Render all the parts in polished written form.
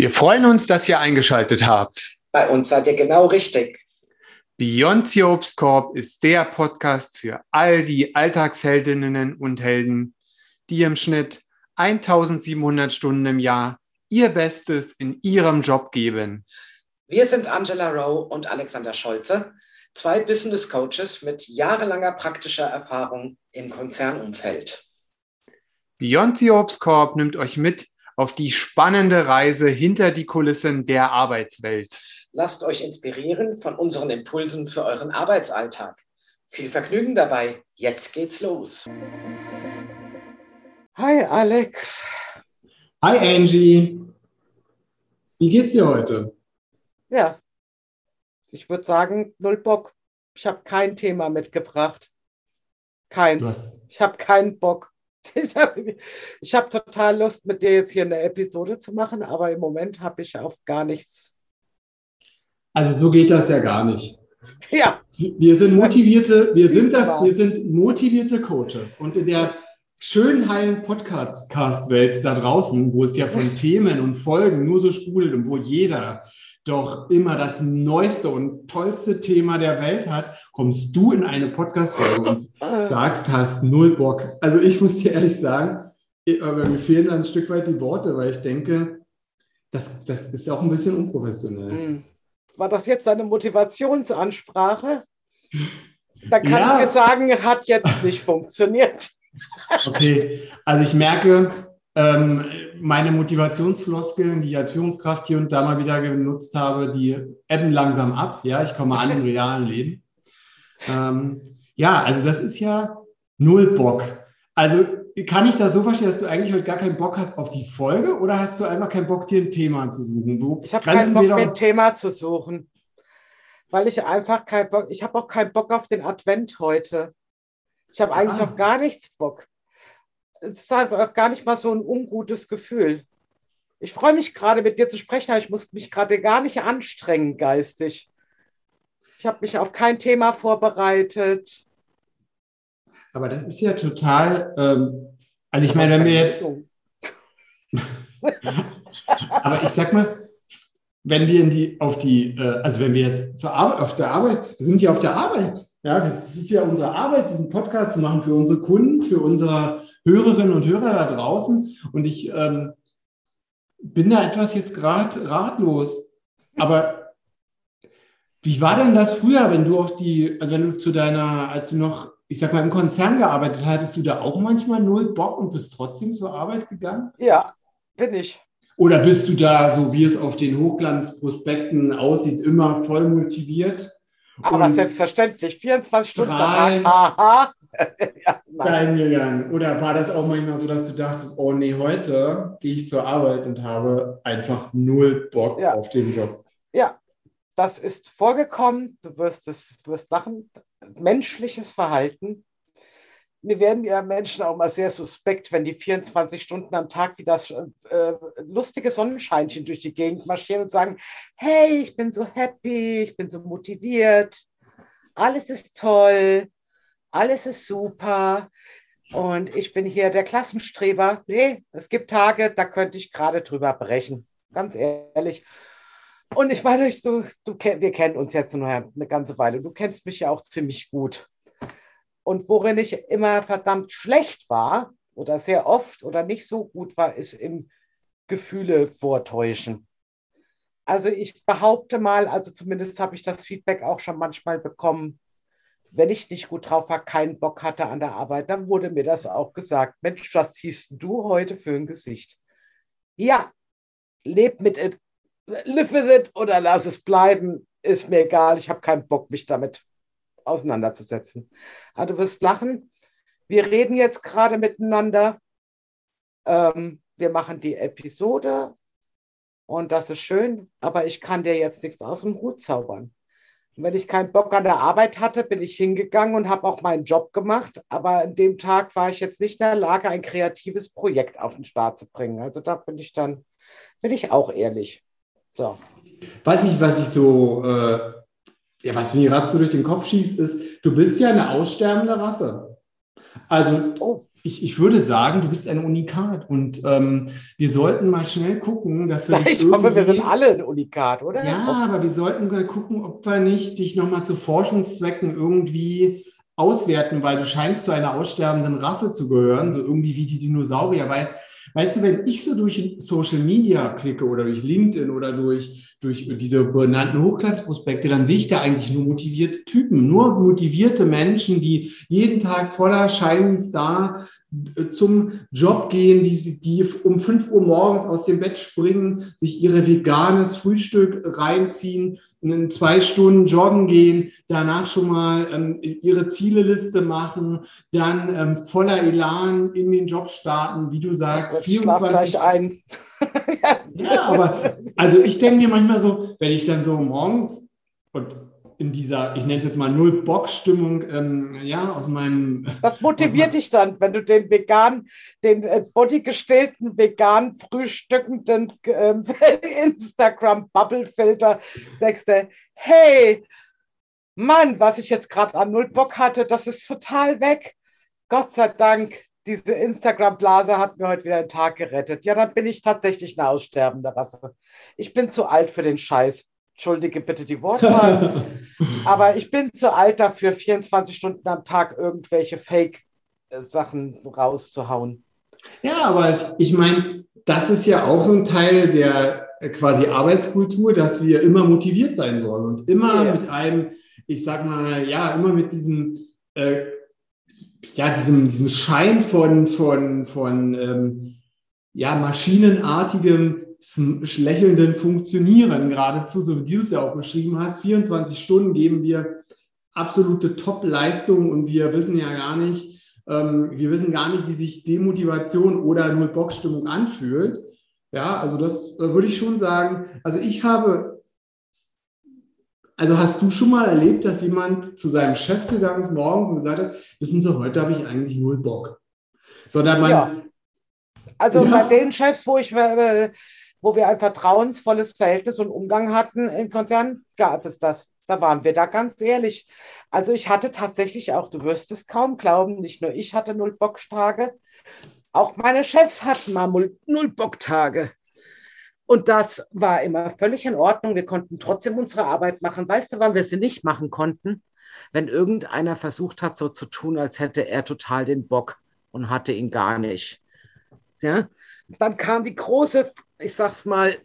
Wir freuen uns, dass ihr eingeschaltet habt. Bei uns seid ihr genau richtig. Beyond the Obstkorb ist der Podcast für all die Alltagsheldinnen und Helden, die im Schnitt 1700 Stunden im Jahr ihr Bestes in ihrem Job geben. Wir sind Angela Rowe und Alexander Scholze, zwei Business Coaches mit jahrelanger praktischer Erfahrung im Konzernumfeld. Beyond the Obstkorb nimmt euch mit auf die spannende Reise hinter die Kulissen der Arbeitswelt. Lasst euch inspirieren von unseren Impulsen für euren Arbeitsalltag. Viel Vergnügen dabei. Jetzt geht's los. Hi Alex. Hi Angie. Wie geht's dir heute? Ja, ich würde sagen, null Bock. Ich habe kein Thema mitgebracht. Keins. Ich habe keinen Bock. Ich hab total Lust, mit dir jetzt hier eine Episode zu machen, aber im Moment habe ich auf gar nichts. Also so geht das ja gar nicht. Ja. Wir sind motivierte Coaches. Und in der schönen, heilen Podcast-Welt da draußen, wo es ja von Themen und Folgen nur so sprudelt und wo jeder doch immer das neueste und tollste Thema der Welt hat, kommst du in eine Podcast-Folge und sagst, hast null Bock. Also ich muss dir ehrlich sagen, mir fehlen ein Stück weit die Worte, weil ich denke, das ist auch ein bisschen unprofessionell. War das jetzt eine Motivationsansprache? Da kann ich dir sagen, hat jetzt nicht funktioniert. Okay, also ich merke, meine Motivationsfloskeln, die ich als Führungskraft hier und da mal wieder genutzt habe, die ebben langsam ab. Ja, ich komme an im realen Leben. Also das ist ja null Bock. Also kann ich das so verstehen, dass du eigentlich heute gar keinen Bock hast auf die Folge oder hast du einfach keinen Bock, dir ein Thema zu suchen? Ich habe keinen Bock, mir ein Thema zu suchen, weil ich einfach keinen Bock, ich habe auch keinen Bock auf den Advent heute. Ich habe eigentlich auf gar nichts Bock. Es ist halt auch gar nicht mal so ein ungutes Gefühl. Ich freue mich gerade, mit dir zu sprechen, aber ich muss mich gerade gar nicht anstrengen geistig. Ich habe mich auf kein Thema vorbereitet. Aber das ist ja total, also ich meine, wenn wir jetzt, aber ich sag mal, wenn wir wenn wir jetzt auf der Arbeit, wir sind ja auf der Arbeit, ja, das ist ja unsere Arbeit, diesen Podcast zu machen für unsere Kunden, für unsere Hörerinnen und Hörer da draußen und ich bin da etwas jetzt gerade ratlos, aber wie war denn das früher, wenn du als du noch, ich sag mal, im Konzern gearbeitet hast, hattest du da auch manchmal null Bock und bist trotzdem zur Arbeit gegangen? Ja, bin ich. Oder bist du da, so wie es auf den Hochglanzprospekten aussieht, immer voll motiviert? Aber selbstverständlich, 24 Stunden am Tag. Gegangen. Oder war das auch manchmal so, dass du dachtest, oh nee, heute gehe ich zur Arbeit und habe einfach null Bock auf den Job? Ja, das ist vorgekommen. Du wirst lachen. Menschliches Verhalten. Mir werden ja Menschen auch mal sehr suspekt, wenn die 24 Stunden am Tag wie das lustige Sonnenscheinchen durch die Gegend marschieren und sagen, hey, ich bin so happy, ich bin so motiviert, alles ist toll, alles ist super und ich bin hier der Klassenstreber. Nee, es gibt Tage, da könnte ich gerade drüber brechen, ganz ehrlich. Und ich meine, wir kennen uns jetzt nur eine ganze Weile. Du kennst mich ja auch ziemlich gut. Und worin ich immer verdammt schlecht war oder sehr oft oder nicht so gut war, ist im Gefühle vortäuschen. Also ich behaupte mal, also zumindest habe ich das Feedback auch schon manchmal bekommen, wenn ich nicht gut drauf war, keinen Bock hatte an der Arbeit, dann wurde mir das auch gesagt. Mensch, was ziehst du heute für ein Gesicht? Ja, leb mit it, live with it oder lass es bleiben, ist mir egal, ich habe keinen Bock, mich damit auseinanderzusetzen. Also du wirst lachen. Wir reden jetzt gerade miteinander. Wir machen die Episode und das ist schön, aber ich kann dir jetzt nichts aus dem Hut zaubern. Und wenn ich keinen Bock an der Arbeit hatte, bin ich hingegangen und habe auch meinen Job gemacht, aber an dem Tag war ich jetzt nicht in der Lage, ein kreatives Projekt auf den Start zu bringen. Also da bin ich auch ehrlich. So. Was mir gerade so durch den Kopf schießt, ist, du bist ja eine aussterbende Rasse. Also ich würde sagen, du bist ein Unikat und wir sollten mal schnell gucken, dass wir dich Ich hoffe, wir sind alle ein Unikat, oder? Ja, aber wir sollten mal gucken, ob wir nicht dich nochmal zu Forschungszwecken irgendwie auswerten, weil du scheinst zu einer aussterbenden Rasse zu gehören, so irgendwie wie die Dinosaurier. Weil, weißt du, wenn ich so durch Social Media klicke oder durch LinkedIn oder durch diese benannten Hochglanzprospekte, dann sehe ich da eigentlich nur motivierte Typen, nur motivierte Menschen, die jeden Tag voller Shining Star zum Job gehen, die um 5 Uhr morgens aus dem Bett springen, sich ihre veganes Frühstück reinziehen, in 2 Stunden joggen gehen, danach schon mal ihre Zieleliste machen, dann voller Elan in den Job starten, wie du sagst, Ich schlaf gleich ein. Ja, aber also ich denke mir manchmal so, wenn ich dann so morgens und in dieser, ich nenne es jetzt mal Null-Bock-Stimmung, aus meinem... Das motiviert dich dann, wenn du den bodygestellten, vegan frühstückenden Instagram-Bubble-Filter sagst, hey, Mann, was ich jetzt gerade an Null Bock hatte, das ist total weg. Gott sei Dank, diese Instagram-Blase hat mir heute wieder den Tag gerettet. Ja, dann bin ich tatsächlich eine aussterbende Rasse. Ich bin zu alt für den Scheiß. Entschuldige bitte die Wortwahl. Aber ich bin zu alt dafür, 24 Stunden am Tag irgendwelche Fake-Sachen rauszuhauen. Ja, aber ich meine, das ist ja auch so ein Teil der quasi Arbeitskultur, dass wir immer motiviert sein sollen und immer mit einem, ich sag mal, ja, immer mit diesem, diesem Schein von maschinenartigem, lächelnden Funktionieren geradezu, so wie du es ja auch beschrieben hast. 24 Stunden geben wir absolute Top-Leistung und wir wissen gar nicht, wie sich Demotivation oder Null-Bock-Stimmung anfühlt. Ja, also das würde ich schon sagen. Hast du schon mal erlebt, dass jemand zu seinem Chef gegangen ist morgens und gesagt hat, wissen Sie, heute habe ich eigentlich null Bock. Sondern bei den Chefs, wo wir ein vertrauensvolles Verhältnis und Umgang hatten in Konzernen, gab es das. Da waren wir da ganz ehrlich. Also ich hatte tatsächlich auch, du wirst es kaum glauben, nicht nur ich hatte Null-Bock-Tage, auch meine Chefs hatten mal Null-Bock-Tage. Und das war immer völlig in Ordnung. Wir konnten trotzdem unsere Arbeit machen. Weißt du, wann wir sie nicht machen konnten? Wenn irgendeiner versucht hat, so zu tun, als hätte er total den Bock und hatte ihn gar nicht. Ja? Dann kam die große, ich sag's mal,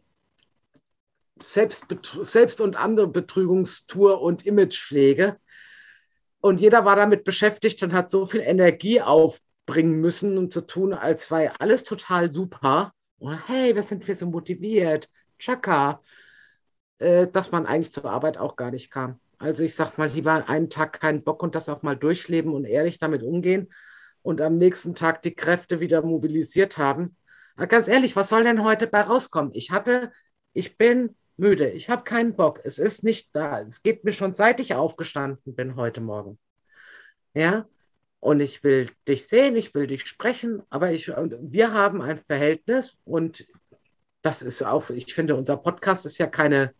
Selbst- und andere Betrügungstour und Imagepflege. Und jeder war damit beschäftigt und hat so viel Energie aufbringen müssen, um zu tun, als sei alles total super. Und hey, wir sind so motiviert. Chaka. Dass man eigentlich zur Arbeit auch gar nicht kam. Also ich sag mal, lieber einen Tag keinen Bock und das auch mal durchleben und ehrlich damit umgehen und am nächsten Tag die Kräfte wieder mobilisiert haben. Aber ganz ehrlich, was soll denn heute bei rauskommen? Ich bin müde, ich habe keinen Bock, es ist nicht da. Es geht mir schon, seit ich aufgestanden bin heute Morgen. Ja, und ich will dich sehen, ich will dich sprechen, aber wir haben ein Verhältnis und das ist auch, ich finde, unser Podcast ist ja keine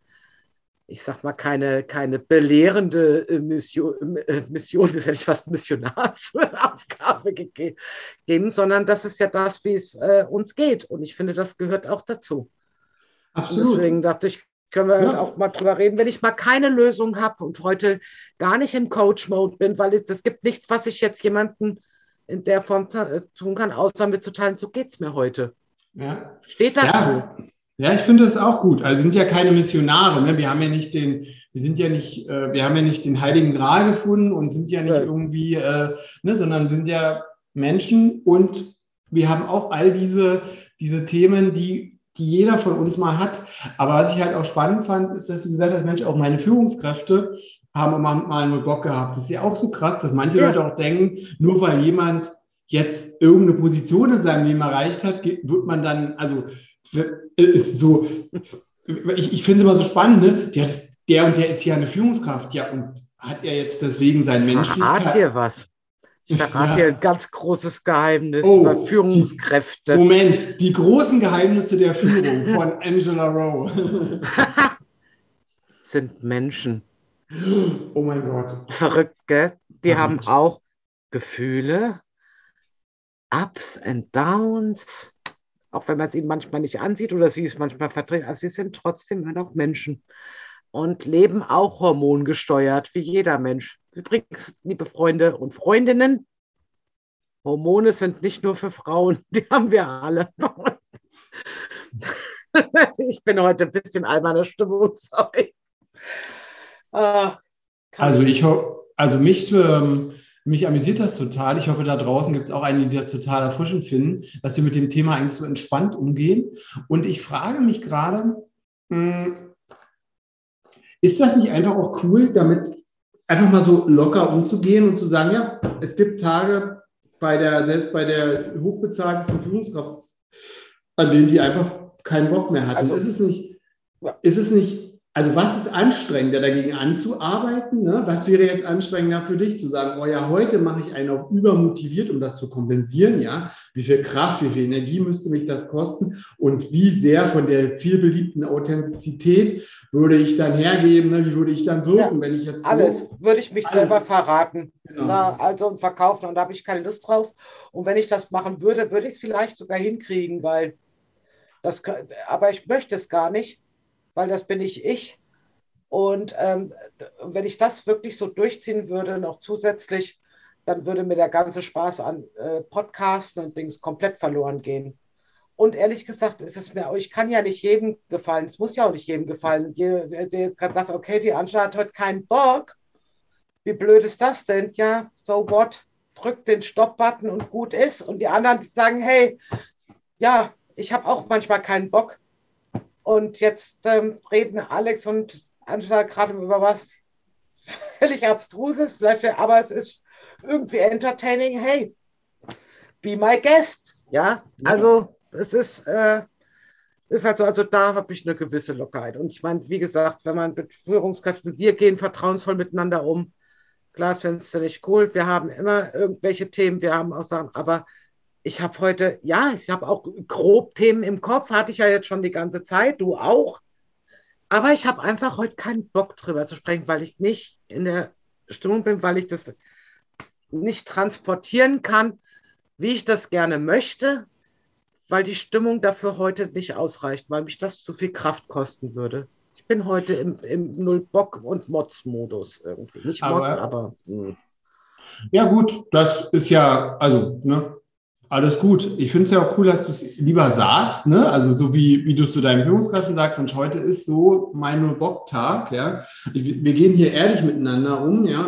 belehrende Mission, das hätte ich fast Missionarsaufgabe gegeben, sondern das ist ja das, wie es uns geht. Und ich finde, das gehört auch dazu. Absolut. Und deswegen dachte ich, können wir auch mal drüber reden, wenn ich mal keine Lösung habe und heute gar nicht im Coach-Mode bin, weil es gibt nichts, was ich jetzt jemandem in der Form tun kann, außer mitzuteilen, so geht es mir heute. Ja. Steht dazu. Ja, ich finde das auch gut. Also wir sind ja keine Missionare, ne? Wir haben ja nicht den Heiligen Gral gefunden und sind ja nicht irgendwie, sondern sind ja Menschen und wir haben auch all diese Themen, die jeder von uns mal hat. Aber was ich halt auch spannend fand, ist, dass du gesagt hast, Mensch, auch meine Führungskräfte haben immer mal nur Bock gehabt. Das ist ja auch so krass, dass manche Leute auch denken, nur weil jemand jetzt irgendeine Position in seinem Leben erreicht hat, wird man dann, so, ich finde es immer so spannend, ne? Der und der ist ja eine Führungskraft, ja, und hat er jetzt deswegen sein Menschlichkeit... Verrat dir was? Ich verrate dir ein ganz großes Geheimnis über Führungskräfte. Moment, die großen Geheimnisse der Führung von Angela Rowe. Sind Menschen. Oh mein Gott. Verrückt, gell? Die haben auch Gefühle, Ups and Downs, auch wenn man es ihnen manchmal nicht ansieht oder sie es manchmal verdrängt, also sie sind trotzdem immer noch Menschen und leben auch hormongesteuert, wie jeder Mensch. Übrigens, liebe Freunde und Freundinnen, Hormone sind nicht nur für Frauen, die haben wir alle. Ich bin heute ein bisschen alberner Stimmung, sorry. Also mich amüsiert das total. Ich hoffe, da draußen gibt es auch einige, die das total erfrischend finden, dass wir mit dem Thema eigentlich so entspannt umgehen. Und ich frage mich gerade, ist das nicht einfach auch cool, damit einfach mal so locker umzugehen und zu sagen, ja, es gibt Tage selbst bei der hochbezahltesten Führungskraft, an denen die einfach keinen Bock mehr hatten. Also, ist es nicht, also was ist anstrengender, dagegen anzuarbeiten? Ne? Was wäre jetzt anstrengender für dich, zu sagen, oh ja, heute mache ich einen auf übermotiviert, um das zu kompensieren, ja? Wie viel Kraft, wie viel Energie müsste mich das kosten und wie sehr von der vielbeliebten Authentizität würde ich dann hergeben, ne? Wie würde ich dann wirken, wenn ich jetzt alles, würde ich mich selber verraten. Genau. Na, also und verkaufen und da habe ich keine Lust drauf. Und wenn ich das machen würde, würde ich es vielleicht sogar hinkriegen, weil aber ich möchte es gar nicht, weil das bin nicht ich. Und wenn ich das wirklich so durchziehen würde, noch zusätzlich, dann würde mir der ganze Spaß an Podcasten und Dings komplett verloren gehen. Und ehrlich gesagt, ist es mir, ich kann ja nicht jedem gefallen, es muss ja auch nicht jedem gefallen. Der jetzt gerade sagt, okay, die Angela hat heute keinen Bock, wie blöd ist das denn? Ja, so what? Drückt den Stopp-Button und gut ist. Und die anderen sagen, hey, ja, ich habe auch manchmal keinen Bock. Und jetzt reden Alex und Angela gerade über was völlig Abstruses, vielleicht, aber es ist irgendwie entertaining. Hey, be my guest. Ja, also es ist halt so, also da habe ich eine gewisse Lockerheit. Und ich meine, wie gesagt, wenn man mit Führungskräften, wir gehen vertrauensvoll miteinander um. Klar, das findest du nicht cool. Wir haben immer irgendwelche Themen, wir haben auch Sachen, aber ich habe heute, ja, ich habe auch grob Themen im Kopf, hatte ich ja jetzt schon die ganze Zeit, du auch. Aber ich habe einfach heute keinen Bock drüber zu sprechen, weil ich nicht in der Stimmung bin, weil ich das nicht transportieren kann, wie ich das gerne möchte, weil die Stimmung dafür heute nicht ausreicht, weil mich das zu viel Kraft kosten würde. Ich bin heute im Null-Bock- und Mods-Modus irgendwie. Nicht Mods, aber. Ja, gut, das ist ja, also, ne, alles gut. Ich finde es ja auch cool, dass du es lieber sagst, ne? Also so wie du es zu deinen Führungskräften sagst, Mensch, heute ist so mein Null-Bock-Tag, ja. Wir gehen hier ehrlich miteinander um, ja.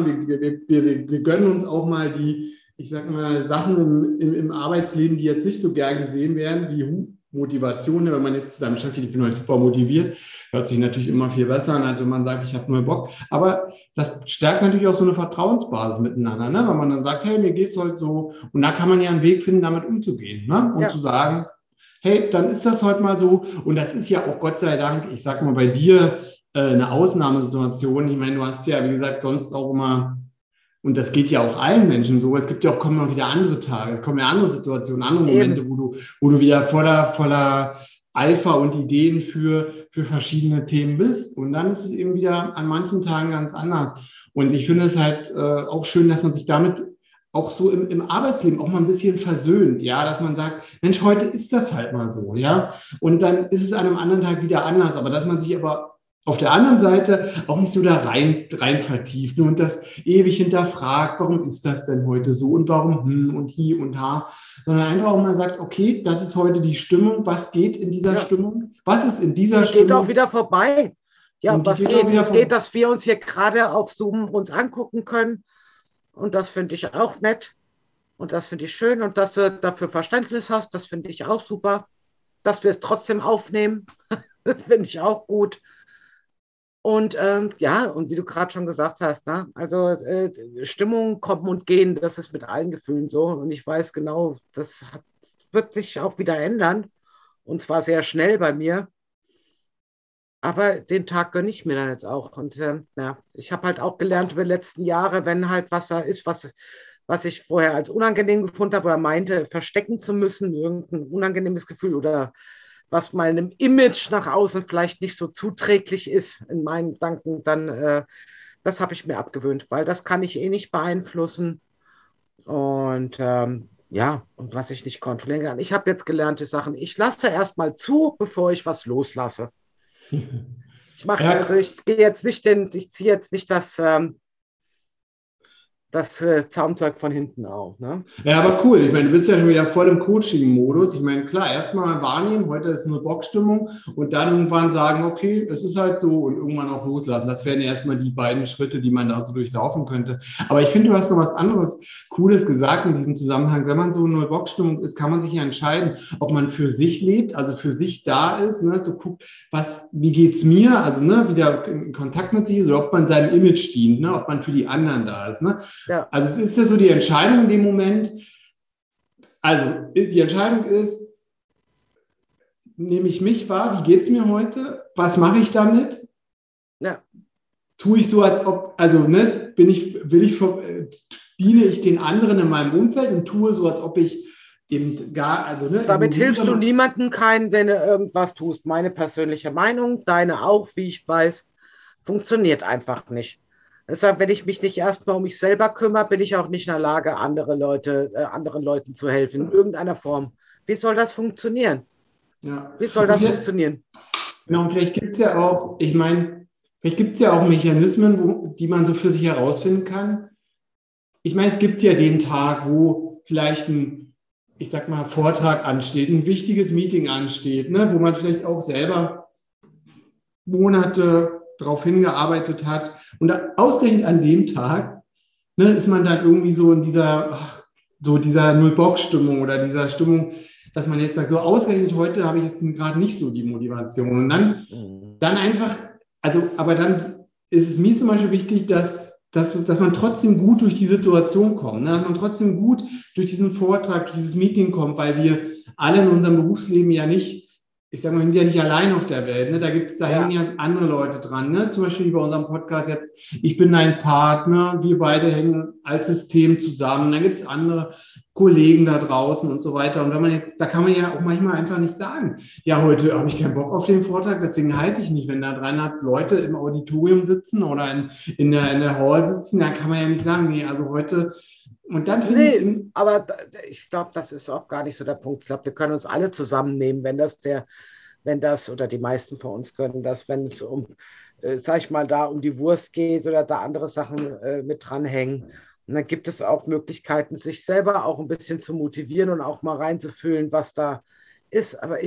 Wir gönnen uns auch mal die, ich sag mal, Sachen im Arbeitsleben, die jetzt nicht so gern gesehen werden, wie Motivation, wenn man jetzt zusammen sagt, ich bin heute super motiviert, hört sich natürlich immer viel besser an, als wenn man sagt, ich habe nur Bock. Aber das stärkt natürlich auch so eine Vertrauensbasis miteinander, ne? Wenn man dann sagt, hey, mir geht es heute so. Und da kann man ja einen Weg finden, damit umzugehen, ne? Und zu sagen, hey, dann ist das heute mal so. Und das ist ja auch Gott sei Dank, ich sag mal, bei dir eine Ausnahmesituation. Ich meine, du hast ja, wie gesagt, sonst auch immer. Und das geht ja auch allen Menschen so. Es gibt ja auch, kommen auch wieder andere Tage. Es kommen ja andere Situationen, andere Momente, wo du wieder voller Eifer und Ideen für verschiedene Themen bist. Und dann ist es eben wieder an manchen Tagen ganz anders. Und ich finde es halt auch schön, dass man sich damit auch so im Arbeitsleben auch mal ein bisschen versöhnt, ja, dass man sagt, Mensch, heute ist das halt mal so, ja. Und dann ist es an einem anderen Tag wieder anders. Aber dass man sich aber auf der anderen Seite auch nicht so da rein vertieft und das ewig hinterfragt, warum ist das denn heute so und warum und hi und ha, sondern einfach auch mal sagt, okay, das ist heute die Stimmung, was geht in dieser Stimmung, was ist in dieser Stimmung. Geht auch wieder vorbei. Ja, und was geht, dass wir uns hier gerade auf Zoom uns angucken können und das finde ich auch nett und das finde ich schön und dass du dafür Verständnis hast, das finde ich auch super, dass wir es trotzdem aufnehmen, das finde ich auch gut. Und ja, und wie du gerade schon gesagt hast, ne? Also Stimmung kommen und gehen, das ist mit allen Gefühlen so. Und ich weiß genau, wird sich auch wieder ändern. Und zwar sehr schnell bei mir. Aber den Tag gönne ich mir dann jetzt auch. Und ja, ich habe halt auch gelernt über die letzten Jahre, wenn halt was da ist, was ich vorher als unangenehm gefunden habe oder meinte, verstecken zu müssen, irgendein unangenehmes Gefühl oder was meinem Image nach außen vielleicht nicht so zuträglich ist in meinen Gedanken, dann das habe ich mir abgewöhnt, weil das kann ich eh nicht beeinflussen. Und Ja, und was ich nicht kontrollieren kann. Ich habe jetzt gelernt, die Sachen, ich lasse erstmal zu, bevor ich was loslasse. Ich gehe jetzt nicht ich ziehe jetzt nicht das Zaumzeug von hinten auf. Ne? Ja, aber cool. Ich meine, du bist ja schon wieder voll im Coaching-Modus. Ich meine, klar, erstmal wahrnehmen, heute ist nur Bockstimmung und dann irgendwann sagen, okay, es ist halt so und irgendwann auch loslassen. Das wären erstmal die beiden Schritte, die man da so durchlaufen könnte. Aber ich finde, du hast noch was anderes Cooles gesagt in diesem Zusammenhang. Wenn man so in einer Bockstimmung ist, kann man sich ja entscheiden, ob man für sich lebt, also für sich da ist, ne, so guckt, wie geht's mir, also ne, wieder in Kontakt mit sich ist, oder ob man seinem Image dient, ne, ob man für die anderen da ist, ne? Ja. Also es ist ja so die Entscheidung in dem Moment, also die Entscheidung ist, nehme ich mich wahr, wie geht es mir heute, was mache ich damit? Ja. Tue ich so, als ob, also ne, diene ich den anderen in meinem Umfeld und tue so, als ob ich eben gar, also ne. Damit hilfst du niemandem wenn du irgendwas tust. Meine persönliche Meinung, deine auch, wie ich weiß, funktioniert einfach nicht. Deshalb, wenn ich mich nicht erstmal um mich selber kümmere, bin ich auch nicht in der Lage, anderen Leuten zu helfen, in irgendeiner Form. Wie soll das funktionieren? Ja. Wie soll das funktionieren? Genau, und vielleicht gibt es ja auch, ich meine, vielleicht gibt es ja auch Mechanismen, die man so für sich herausfinden kann. Ich meine, es gibt ja den Tag, wo vielleicht ein, ich sag mal, Vortrag ansteht, ein wichtiges Meeting ansteht, ne, wo man vielleicht auch selber Monate darauf hingearbeitet hat. Und ausgerechnet an dem Tag, ne, ist man dann irgendwie so in dieser Null-Bock-Stimmung oder dieser Stimmung, dass man jetzt sagt, so ausgerechnet heute habe ich jetzt gerade nicht so die Motivation. Und dann einfach, also, aber dann ist es mir zum Beispiel wichtig, dass man trotzdem gut durch die Situation kommt, ne? Dass man trotzdem gut durch diesen Vortrag, durch dieses Meeting kommt, weil wir alle in unserem Berufsleben ja nicht, ich sage mal, wir sind ja nicht allein auf der Welt. Ne? Da hängen ja andere Leute dran. Ne? Zum Beispiel wie bei unserem Podcast jetzt, ich bin ein Partner, wir beide hängen als System zusammen. Dann gibt es andere Kollegen da draußen und so weiter. Und wenn man jetzt, da kann man ja auch manchmal einfach nicht sagen, ja, heute habe ich keinen Bock auf den Vortrag, deswegen halte ich nicht. Wenn da 300 Leute im Auditorium sitzen oder in der Hall sitzen, dann kann man ja nicht sagen, nee, also heute. Und dann aber ich glaube, das ist auch gar nicht so der Punkt. Ich glaube, wir können uns alle zusammennehmen, wenn das, oder die meisten von uns können das, wenn es sag ich mal, da um die Wurst geht oder da andere Sachen mit dranhängen. Und dann gibt es auch Möglichkeiten, sich selber auch ein bisschen zu motivieren und auch mal reinzufühlen, was da ist. Aber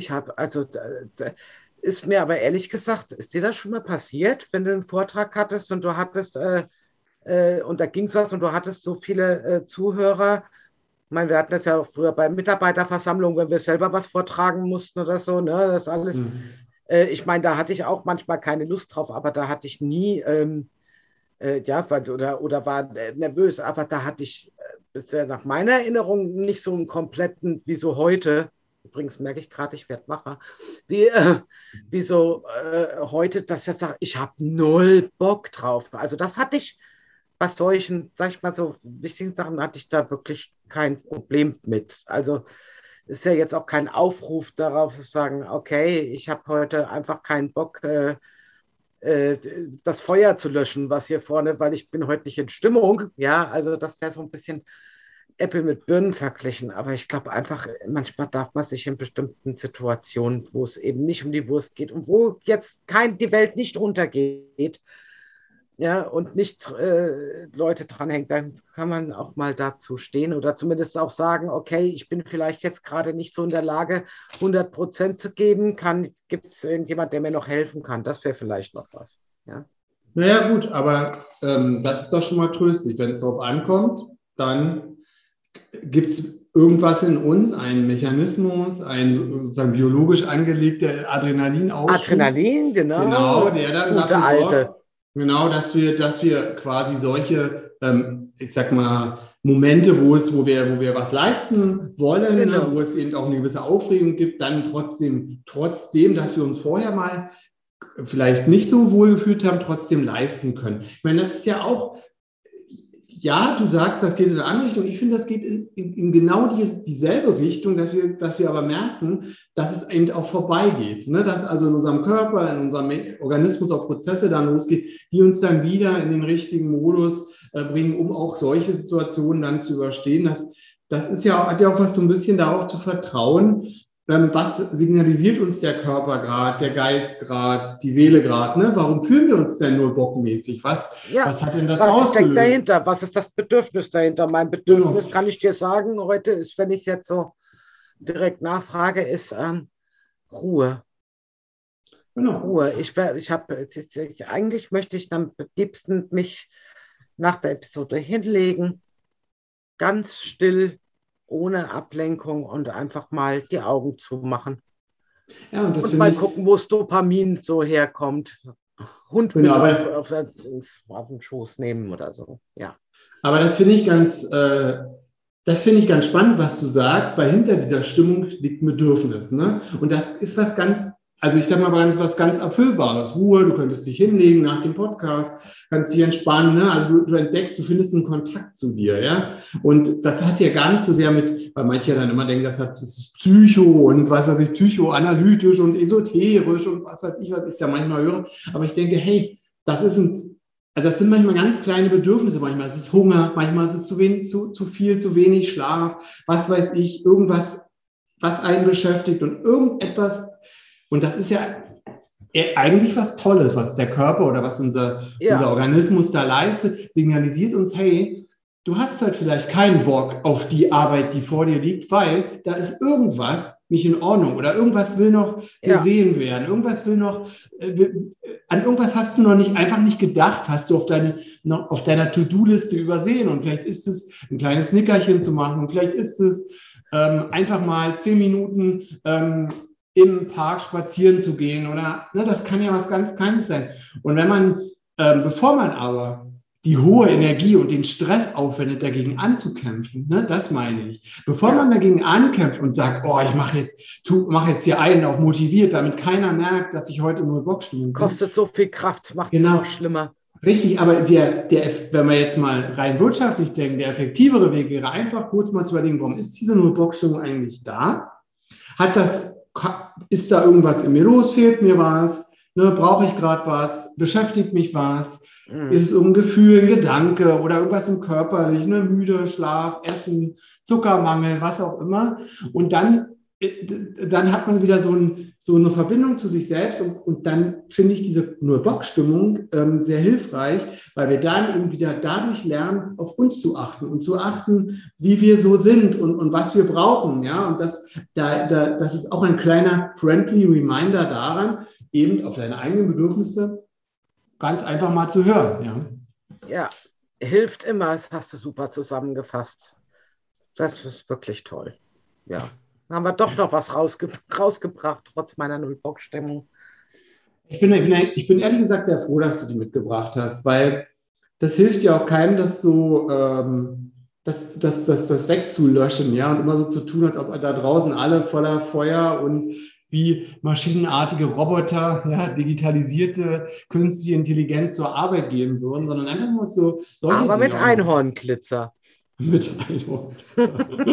ist mir aber ehrlich gesagt, ist dir das schon mal passiert, wenn du einen Vortrag hattest und du hattest und da ging es was und du hattest so viele Zuhörer. Ich meine, wir hatten das ja auch früher bei Mitarbeiterversammlungen, wenn wir selber was vortragen mussten oder so, ne, das alles. Ich meine, da hatte ich auch manchmal keine Lust drauf, aber da hatte ich nie, oder war nervös, aber da hatte ich bisher nach meiner Erinnerung nicht so einen kompletten, wie so heute. Übrigens merke ich gerade, ich werde wacher, wie so heute, dass ich jetzt sage, ich habe null Bock drauf. Also das hatte ich bei solchen, sag ich mal so, wichtigen Sachen hatte ich da wirklich kein Problem mit. Also ist ja jetzt auch kein Aufruf darauf zu sagen, okay, ich habe heute einfach keinen Bock, das Feuer zu löschen, was hier vorne, weil ich bin heute nicht in Stimmung. Ja, also das wäre so ein bisschen Äpfel mit Birnen verglichen. Aber ich glaube einfach, manchmal darf man sich in bestimmten Situationen, wo es eben nicht um die Wurst geht und wo jetzt die Welt nicht runtergeht, ja, und nicht Leute dranhängt, dann kann man auch mal dazu stehen oder zumindest auch sagen, okay, ich bin vielleicht jetzt gerade nicht so in der Lage, 100% zu geben, gibt es irgendjemand, der mir noch helfen kann? Das wäre vielleicht noch was. Ja? Naja, gut, aber das ist doch schon mal tröstlich. Wenn es darauf ankommt, dann gibt es irgendwas in uns, einen Mechanismus, ein sozusagen biologisch angelegter Adrenalinausschub. Adrenalin, genau. Genau, der dann gute alte. Genau, dass wir quasi solche, ich sag mal, Momente, wo wir was leisten wollen, genau, ne, wo es eben auch eine gewisse Aufregung gibt, dann trotzdem, dass wir uns vorher mal vielleicht nicht so wohl gefühlt haben, trotzdem leisten können. Ich meine, das ist ja auch, ja, du sagst, das geht in eine andere Richtung. Ich finde, das geht in genau dieselbe Richtung, dass wir aber merken, dass es eben auch vorbeigeht. Ne? Dass also in unserem Körper, in unserem Organismus auch Prozesse dann losgehen, die uns dann wieder in den richtigen Modus bringen, um auch solche Situationen dann zu überstehen. das ist ja, hat ja auch was so ein bisschen darauf zu vertrauen, was signalisiert uns der Körper gerade, der Geist gerade, die Seele gerade, ne? Warum fühlen wir uns denn nur bockmäßig? Was hat denn das was steckt ausgelöst? dahinter? Was ist das Bedürfnis dahinter? Mein Bedürfnis, kann ich dir sagen, heute ist, wenn ich jetzt so direkt nachfrage, ist Ruhe. Genau. Ruhe. Eigentlich möchte ich am liebsten mich nach der Episode hinlegen, ganz still, ohne Ablenkung und einfach mal die Augen zumachen. Ja, und das Und finde mal ich, gucken, wo das Dopamin so herkommt. Hund genau, mit aber, auf den Schoß nehmen oder so. Ja. aber das finde ich ganz spannend, was du sagst, weil hinter dieser Stimmung liegt ein Bedürfnis, ne? Und das ist was ganz, also ich sag mal, was ganz Erfüllbares. Ruhe, du könntest dich hinlegen nach dem Podcast, kannst dich entspannen, ne? Also du entdeckst, du findest einen Kontakt zu dir, ja? Und das hat ja gar nicht so sehr mit, weil manche ja dann immer denken, das ist Psycho und was weiß ich, psychoanalytisch und esoterisch und was weiß ich, was ich da manchmal höre. Aber ich denke, hey, also das sind manchmal ganz kleine Bedürfnisse, manchmal ist es Hunger, manchmal ist es zu wenig, zu viel, zu wenig Schlaf, was weiß ich, irgendwas, was einen beschäftigt und irgendetwas. Und das ist ja eigentlich was Tolles, was der Körper oder was unser Organismus da leistet, signalisiert uns, hey, du hast halt vielleicht keinen Bock auf die Arbeit, die vor dir liegt, weil da ist irgendwas nicht in Ordnung oder irgendwas will noch gesehen werden, irgendwas will noch, an irgendwas hast du noch nicht, einfach nicht gedacht, hast du auf deiner To-Do-Liste übersehen und vielleicht ist es ein kleines Nickerchen zu machen und vielleicht ist es einfach mal 10 Minuten im Park spazieren zu gehen oder, ne, das kann ja was ganz Kleines sein. Und wenn man, bevor man aber die hohe Energie und den Stress aufwendet, dagegen anzukämpfen, ne, das meine ich. Bevor man dagegen ankämpft und sagt, oh, ich mache jetzt hier einen auf motiviert, damit keiner merkt, dass ich heute nur Bockstimmung bin. Kostet so viel Kraft, macht es noch schlimmer. Richtig, aber wenn wir jetzt mal rein wirtschaftlich denken, der effektivere Weg wäre einfach kurz mal zu überlegen, warum ist diese Null-Bock-Stimmung eigentlich da? Ist da irgendwas in mir los? Fehlt mir was? Ne, brauche ich gerade was? Beschäftigt mich was? Ist es ein Gefühl, ein Gedanke oder irgendwas im Körperlichen, ne? Müde, Schlaf, Essen, Zuckermangel, was auch immer. Und dann hat man wieder so eine Verbindung zu sich selbst und dann finde ich diese Nur-Bock-Stimmung sehr hilfreich, weil wir dann eben wieder dadurch lernen, auf uns zu achten und zu achten, wie wir so sind und was wir brauchen. Ja? Und das ist auch ein kleiner friendly Reminder daran, eben auf seine eigenen Bedürfnisse ganz einfach mal zu hören. Ja, hilft immer, das hast du super zusammengefasst. Das ist wirklich toll. Ja. Dann haben wir doch noch was rausgebracht, trotz meiner Null-Bock-Stimmung. Ich bin ehrlich gesagt sehr froh, dass du die mitgebracht hast, weil das hilft ja auch keinem, das so das wegzulöschen, ja, und immer so zu tun, als ob da draußen alle voller Feuer und wie maschinenartige Roboter, ja, digitalisierte künstliche Intelligenz zur Arbeit gehen würden, sondern einfach nur so solche Aber Dinge mit Einhornglitzer. Mit Einhornglitzer.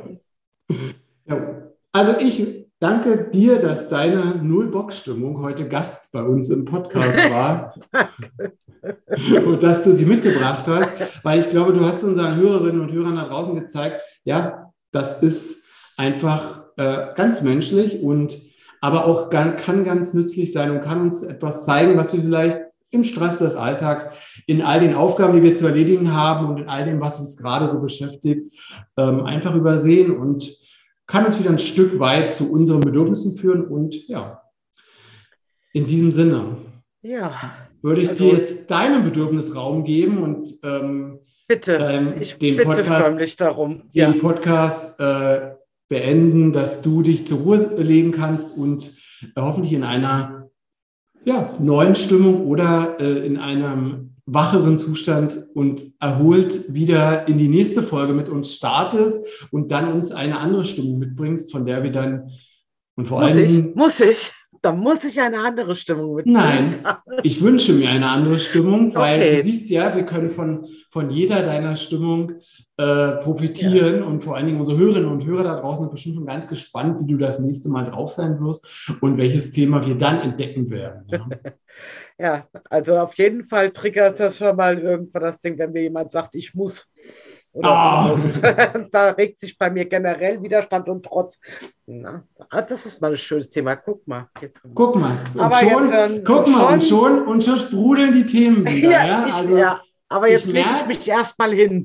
Ja, also ich danke dir, dass deine Null-Bock-Stimmung heute Gast bei uns im Podcast war. Und dass du sie mitgebracht hast, weil ich glaube, du hast unseren Hörerinnen und Hörern da draußen gezeigt, ja, das ist einfach ganz menschlich aber auch kann ganz nützlich sein und kann uns etwas zeigen, was wir vielleicht im Stress des Alltags, in all den Aufgaben, die wir zu erledigen haben und in all dem, was uns gerade so beschäftigt, einfach übersehen und kann uns wieder ein Stück weit zu unseren Bedürfnissen führen. Und ja, in diesem Sinne würde ich dir jetzt deinem Bedürfnis Raum geben und den Podcast beenden, dass du dich zur Ruhe legen kannst und hoffentlich in einer neuen Stimmung oder in einem wacheren Zustand und erholt wieder in die nächste Folge mit uns startest und dann uns eine andere Stimmung mitbringst, von der wir dann und vor allem... Da muss ich eine andere Stimmung mitbringen. Nein, ich wünsche mir eine andere Stimmung, weil du siehst ja, wir können von jeder deiner Stimmung profitieren und vor allen Dingen unsere Hörerinnen und Hörer da draußen sind bestimmt schon ganz gespannt, wie du das nächste Mal drauf sein wirst und welches Thema wir dann entdecken werden. Ja, also auf jeden Fall triggert das schon mal irgendwann das Ding, wenn mir jemand sagt, ich muss. oder Wurst. Da regt sich bei mir generell Widerstand und Trotz. Na, das ist mal ein schönes Thema. Guck mal. Guck mal. Und schon sprudeln die Themen wieder. Aber jetzt lege ich mich erstmal hin.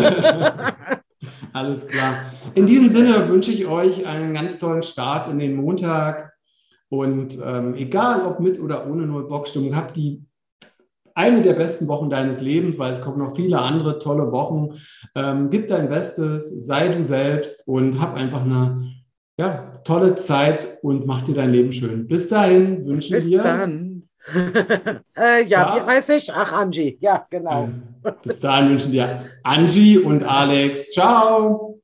Alles klar. In diesem Sinne wünsche ich euch einen ganz tollen Start in den Montag. Und egal, ob mit oder ohne Null-Bock-Stimmung, habt eine der besten Wochen deines Lebens, weil es kommen noch viele andere tolle Wochen. Gib dein Bestes, sei du selbst und hab einfach eine tolle Zeit und mach dir dein Leben schön. Bis dahin wünschen wir... Bis dann. Wie heiße ich? Ach, Angie. Ja, genau. Bis dahin wünschen dir Angie und Alex. Ciao.